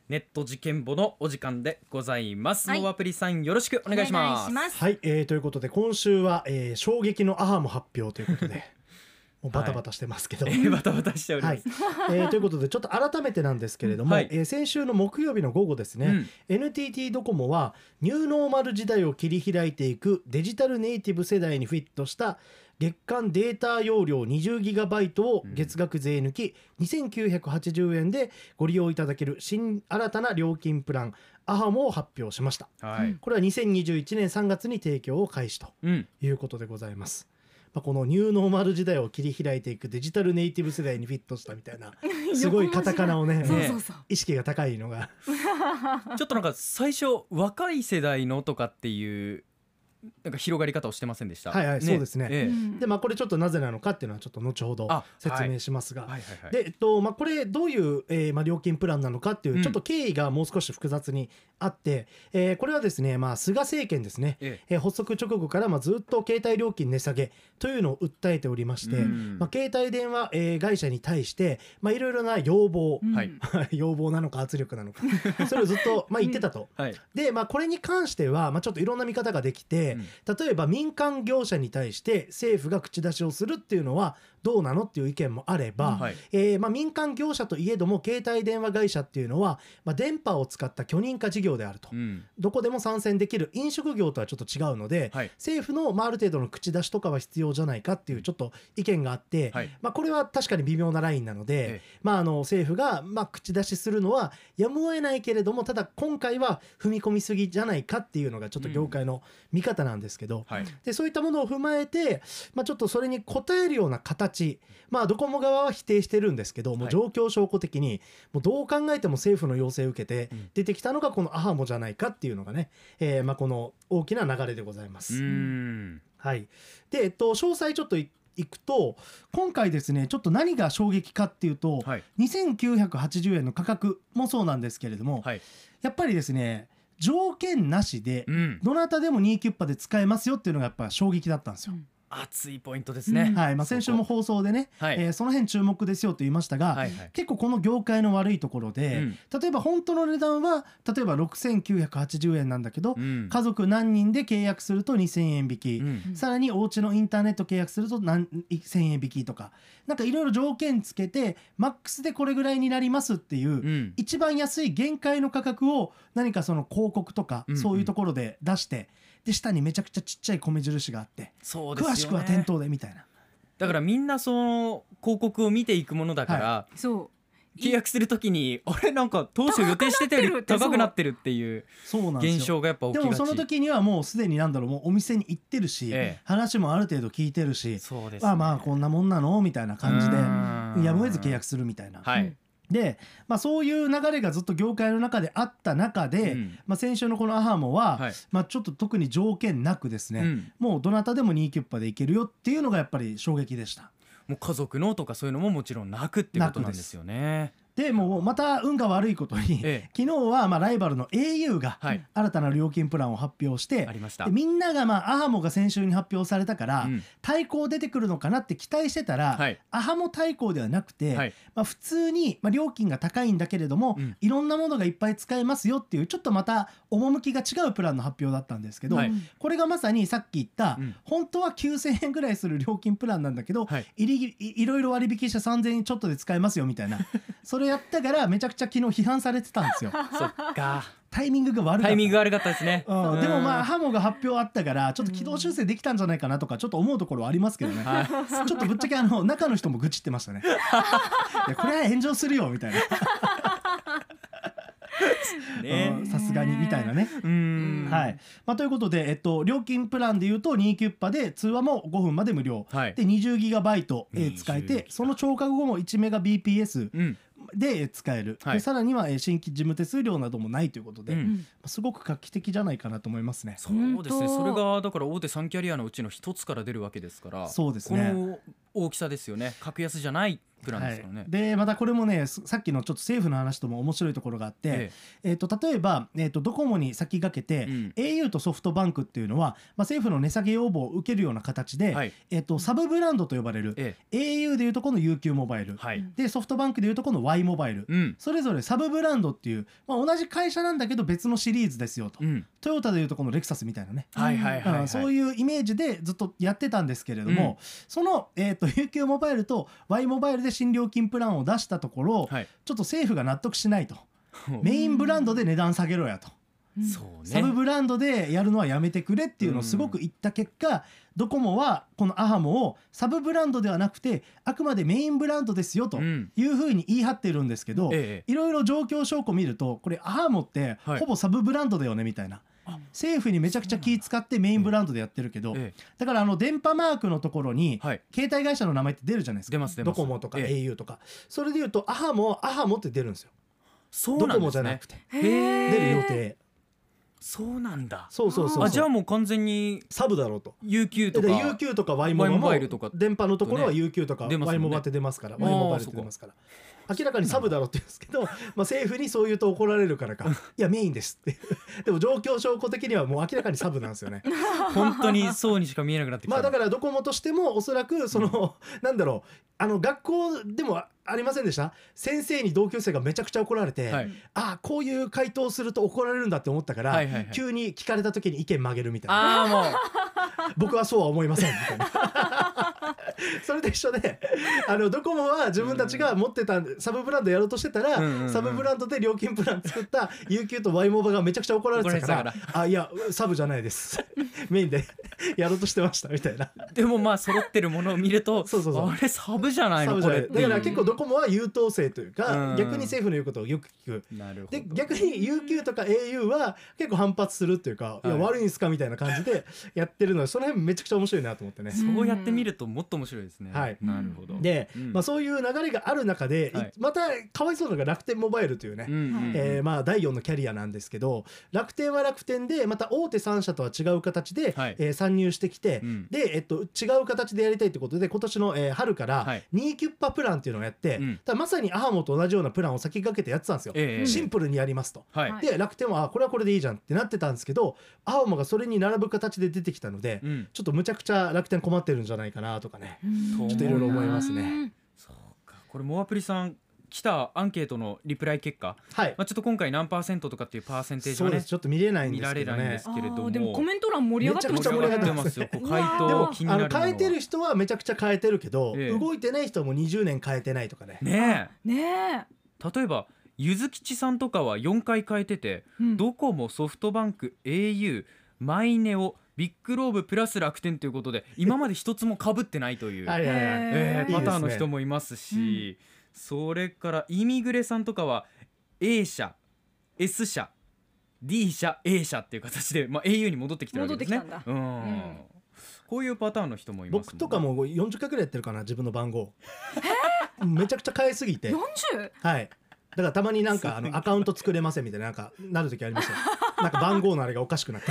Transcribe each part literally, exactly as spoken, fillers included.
ネット事件簿のお時間でございます。 はい、 ノーアプリさんよろしくお願いします。 はい、えー、ということで今週は、えー、衝撃のアハモ発表ということでもうバタバタしてますけど、 はい、えー、バタバタしております、 はい、えー、ということでちょっと改めてなんですけれども、はい、えー、先週の木曜日の午後ですね、うん、エヌティーティー ドコモはニューノーマル時代を切り開いていくデジタルネイティブ世代にフィットした月間データ容量 にじゅうギガバイト を月額税抜きにせんきゅうひゃくはちじゅうえんでご利用いただける新新たな料金プランアハモを発表しました、はい、これはにせんにじゅういちねんさんがつに提供を開始ということでございます、うん、まあ、このニューノーマル時代を切り開いていくデジタルネイティブ世代にフィットしたみたいなすごいカタカナをね意識が高いのがちょっとなんか最初若い世代のとかっていうなんか広がり方をしてませんでした。 はいはい、ね、そうですね、ええ、でまあこれちょっとなぜなのかっていうのはちょっと後ほど説明しますが、でえっとまあこれどういう、えーまあ、料金プランなのかっていうちょっと経緯がもう少し複雑にあって、うん、えー、これはですね、まあ菅政権ですね、えええー、発足直後からまあずっと携帯料金値下げというのを訴えておりまして、うん、まあ携帯電話、えー、会社に対してまあいろいろな要望、うん、要望なのか圧力なのかそれをずっとまあ言ってたと、うん、はい、でまあこれに関してはまあちょっといろんな見方ができて、うん、例えば民間業者に対して政府が口出しをするっていうのはどうなのっていう意見もあれば、うん、はい、えーまあ、民間業者といえども携帯電話会社っていうのは、まあ、電波を使った許認可事業であると、うん、どこでも参戦できる飲食業とはちょっと違うので、はい、政府の、まあ、ある程度の口出しとかは必要じゃないかっていうちょっと意見があって、はい、まあ、これは確かに微妙なラインなので、ええ、まあ、あの政府が、まあ、口出しするのはやむを得ないけれどもただ今回は踏み込みすぎじゃないかっていうのがちょっと業界の見方なんですけど、うん、はい、でそういったものを踏まえて、まあ、ちょっとそれに応えるような形、まあ、ドコモ側は否定してるんですけども、はい、状況証拠的にもうどう考えても政府の要請を受けて出てきたのがこのアハモじゃないかっていうのがね、えーまあ、この大きな流れでございます。うーん、はい、で、えっと、詳細ちょっといいくと今回ですねちょっと何が衝撃かっていうと、はい、にせんきゅうひゃくはちじゅうえんの価格もそうなんですけれども、はい、やっぱりですね条件なしでどなたでもニーキュッパで使えますよっていうのがやっぱ衝撃だったんですよ、うん、 熱いポイントですね、 うん、はい、まあ、先週も放送でね、はい、えー、その辺注目ですよと言いましたが、はいはい、結構この業界の悪いところで、うん、例えば本当の値段は例えばろくせんきゅうひゃくはちじゅうえんなんだけど、うん、家族何人で契約するとにせんえん引き、うん、さらにお家のインターネット契約すると何せんえん引きとかなんかいろいろ条件つけてマックスでこれぐらいになりますっていう、うん、一番安い限界の価格を何かその広告とかそういうところで出して、うんうん、で下にめちゃくちゃちっちゃい米印があって、そうですよね、詳しくは店頭でみたいな。 だからみんなその広告を見ていくものだから、はい、そう契約するときにあれなんか当初予定してたより高くなってるっていう現象がやっぱ起きがち。 でもその時にはもうすでになんだろうもうお店に行ってるし、ええ、話もある程度聞いてるし、そうですね、まあまあこんなもんなのみたいな感じでやむを得ず契約するみたいな、はい、で、まあ、そういう流れがずっと業界の中であった中で、うん、まあ、先週のこのアハモは、はい、まあ、ちょっと特に条件なくですね、うん、もうどなたでもニーキュッパでいけるよっていうのがやっぱり衝撃でした。 もう家族のとかそういうのももちろんなくっていうことなんですよね。 でもうまた運が悪いことに、ええ、昨日はまあライバルの エーユー が新たな料金プランを発表して、はい、でみんながまあアハモが先週に発表されたから、うん、対抗出てくるのかなって期待してたら、はい、アハモ対抗ではなくて、はい、まあ、普通にまあ料金が高いんだけれども、うん、いろんなものがいっぱい使えますよっていうちょっとまた趣が違うプランの発表だったんですけど、はい、これがまさにさっき言った、うん、本当はきゅうせんえんぐらいする料金プランなんだけど、はい、いりいろいろ割引してさんぜんえんちょっとで使えますよみたいなそれやったからめちゃくちゃ昨日批判されてたんですよそっか、 タイミングが悪かったタイミングが悪かったですね、 うん、でもまあハモが発表あったからちょっと軌道修正できたんじゃないかなとかちょっと思うところはありますけどね、はい、ちょっとぶっちゃけあの中の人も愚痴ってましたねいやこれは炎上するよみたいなさすがにみたいなね。うん、はい、まあ、ということで、えっと、料金プランでいうとニーキュッパで通話もごふんまで無料、はい、で にじゅうギガバイト、えー、使えてその超過後もいちメガビーピーエス、うん、で使える、はい、でさらには新規事務手数料などもないということで、うん、すごく画期的じゃないかなと思いますね。 そうですね、それがだから大手さんキャリアのうちの一つから出るわけですから、 そうですね、 この大きさですよね。格安じゃないプランですよね。 はい、でまたこれもねさっきのちょっと政府の話とも面白いところがあって、えええー、と例えば、えー、とドコモに先駆けて、うん、エーユー とソフトバンクっていうのは、まあ、政府の値下げ要望を受けるような形で、はい、えー、とサブブランドと呼ばれる、ええ、エーユー でいうとこの ユーキュー モバイル、はい、でソフトバンクでいうとこの Y モバイル、うん、それぞれサブブランドっていう、まあ、同じ会社なんだけど別のシリーズですよと、うん、トヨタでいうとこのレクサスみたいなね、そういうイメージでずっとやってたんですけれども、うん、その、えー、と ユーキュー モバイルと Y モバイルで新料金プランを出したところ、はい、ちょっと政府が納得しないとメインブランドで値段下げろやと、うん、そうね、サブブランドでやるのはやめてくれっていうのをすごく言った結果、うん、ドコモはこのアハモをサブブランドではなくてあくまでメインブランドですよというふうに言い張ってるんですけど、いろいろ状況証拠見るとこれアハモってほぼサブブランドだよねみたいな、はい、政府にめちゃくちゃ気使ってメインブランドでやってるけど、ええ、だからあの電波マークのところに携帯会社の名前って出るじゃないですか、出ます出ます、ドコモとか エーユー とか、ええ、それでいうとアハモアハモって出るんですよ。 そうなんですね、 ドコモじゃなくて出る予定。 そうなんだ。 そうそうそうそう。 あ、じゃあもう完全にサブだろうと。 ユーキュー とかユーキュー とか Y モバイルとか電波のところは ユーキュー とか Y モバって出ますから、 Y モバイルって出ますから明らかにサブだろって言うんですけど、まあ政府にそう言うと怒られるからかいやメインですってでも状況証拠的にはもう明らかにサブなんですよね本当にそうにしか見えなくなってきた。 まあだからドコモとしてもおそらくその、うん、なんだろう、あの学校でもありませんでした、先生に同級生がめちゃくちゃ怒られて、はい、あこういう回答をすると怒られるんだって思ったから、はいはいはい、急に聞かれた時に意見曲げるみたいな、あもう僕はそうは思いませんみたいなそれと一緒で、あのドコモは自分たちが持ってたサブブランドやろうとしてたら、うんうんうん、サブブランドで料金プラン作った ユーキュー と Y モバがめちゃくちゃ怒られてたからあいやサブじゃないですメインでやろうとしてましたみたいな。 でもまあ揃ってるものを見るとそうそうそう、あれサブじゃないのこれ。 だから結構ドコモは優等生というか、うん、逆に政府の言うことをよく聞く。なるほど。で逆に ユーキュー とか エーユー は結構反発するっていうか、はい、いや悪いんすかみたいな感じでやってるので、その辺めちゃくちゃ面白いなと思ってね。 そうやって見るともっと面白いですね。 はい、 なるほど。 で、うん、まあ、そういう流れがある中で、はい、またかわいそうなのが楽天モバイルというね、うんうんうん、えー、まあだいよんのキャリアなんですけど、楽天は楽天でまた大手さん社とは違う形で、はい、えー、参入してきて、うん、で、えっと、違う形でやりたいということで今年の、えー、春からにキュッパプランっていうのをやって、うん、だまさにアハモと同じようなプランを先駆けてやってたんですよ、えー、シンプルにやりますと、はい、で楽天はこれはこれでいいじゃんってなってたんですけど、アハモがそれに並ぶ形で出てきたので、うん、ちょっとむちゃくちゃ楽天困ってるんじゃないかなとかね、ちょっといろいろ思いますね。 そうか、これモアプリさん来たアンケートのリプライ結果、はい、まあ、ちょっと今回何パーセントとかっていうパーセンテージはね、 ちょっと見れないんですけどね、見られないんですけれども、 でもコメント欄盛り上がってますよね。 めちゃくちゃ盛り上がってますよ。回答気になるのは、 変えてる人はめちゃくちゃ変えてるけど、ええ、動いてない人もにじゅうねん変えてないとかね。 ねえねえ、例えばゆずきちさんとかはよんかい変えてて、うん、ドコモ、ソフトバンク、 エーユー、マイネオ、ビッグローブプラス楽天ということで、今まで一つも被ってないというえー、パターンの人もいますし、うん、それからイミグレさんとかは A 社、 S 社、 D 社、 A 社っていう形で、まあ、エーユー に戻ってきてるわけですね。うん、うん、こういうパターンの人もいますもんね。 僕とかもよんじゅっかいくらいやってるかな、自分の番号めちゃくちゃ変えすぎて。 よんじゅう？ はい、だからたまになんかあのアカウント作れませんみたいな、なんかなる時ありますよなんか番号のあれがおかしくなって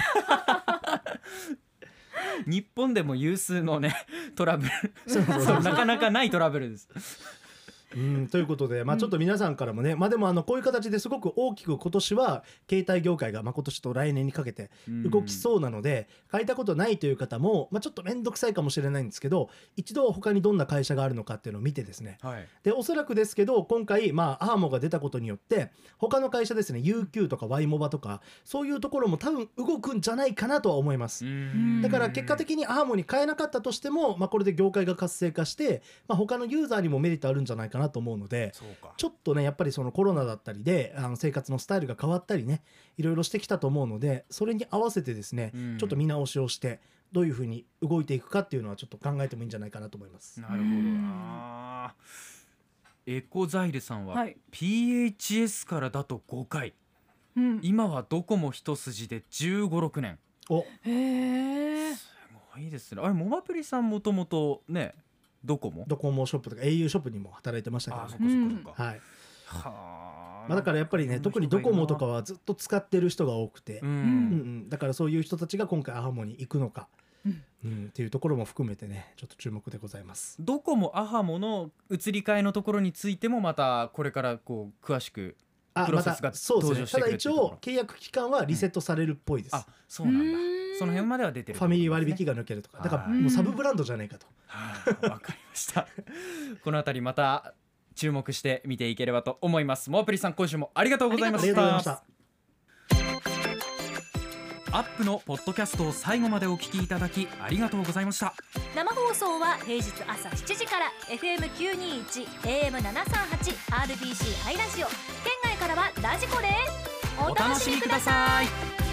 日本でも有数のねトラブルそうそうそうなかなかないトラブルですうんということで、まあ、ちょっと皆さんからもね、うん、まあ、でもあのこういう形ですごく大きく今年は携帯業界がまあ今年と来年にかけて動きそうなので、変えたことないという方も、まあ、ちょっと面倒くさいかもしれないんですけど、一度他にどんな会社があるのかっていうのを見てですね、はい、でおそらくですけど今回、まあ、アハモが出たことによって他の会社ですね、 ユーキュー とか Y モバとかそういうところも多分動くんじゃないかなとは思います。だから結果的にアハモに変えなかったとしても、まあ、これで業界が活性化して、まあ、他のユーザーにもメリットあるんじゃないかなと思うので、ちょっとねやっぱりそのコロナだったりであの生活のスタイルが変わったりね、いろいろしてきたと思うので、それに合わせてですね、うん、ちょっと見直しをしてどういうふうに動いていくかっていうのはちょっと考えてもいいんじゃないかなと思います。 なるほどな。エコザイルさんは、はい、ピーエイチエス からだとごかい、うん、今はドコモ一筋でじゅうご、ろくねん。 おへー、すごいですね。あれモマプリさんもともとねドコモドコモショップとか エーユー ショップにも働いてましたけど、ね、 あ、そっかそっかそっか、 はい、はまあ、だからやっぱりね、特にドコモとかはずっと使ってる人が多くて、うんうんうん、だからそういう人たちが今回アハモに行くのか、 うんうん、っていうところも含めてねちょっと注目でございます。 ドコモアハモの移り替えのところについてもまたこれからこう詳しくプロセスが登場してくるっていうところ、 ただ一応契約期間はリセットされるっぽいです、 うん、あそうなんだ。その辺までは出てる、ね、 ファミリー割引が抜けるとかだからもうサブブランドじゃないかと。 わかりましたこのあたりまた注目して見ていければと思います。モアプリさん今週もありがとうございました。ありがとうございました。アップのポッドキャストを最後までお聞きいただきありがとうございました。 生放送は平日朝しちじから エフエムきゅうにいち エーエムななさんはち アールビーシー ハイラジオ、県外からはラジコです。 お楽しみください。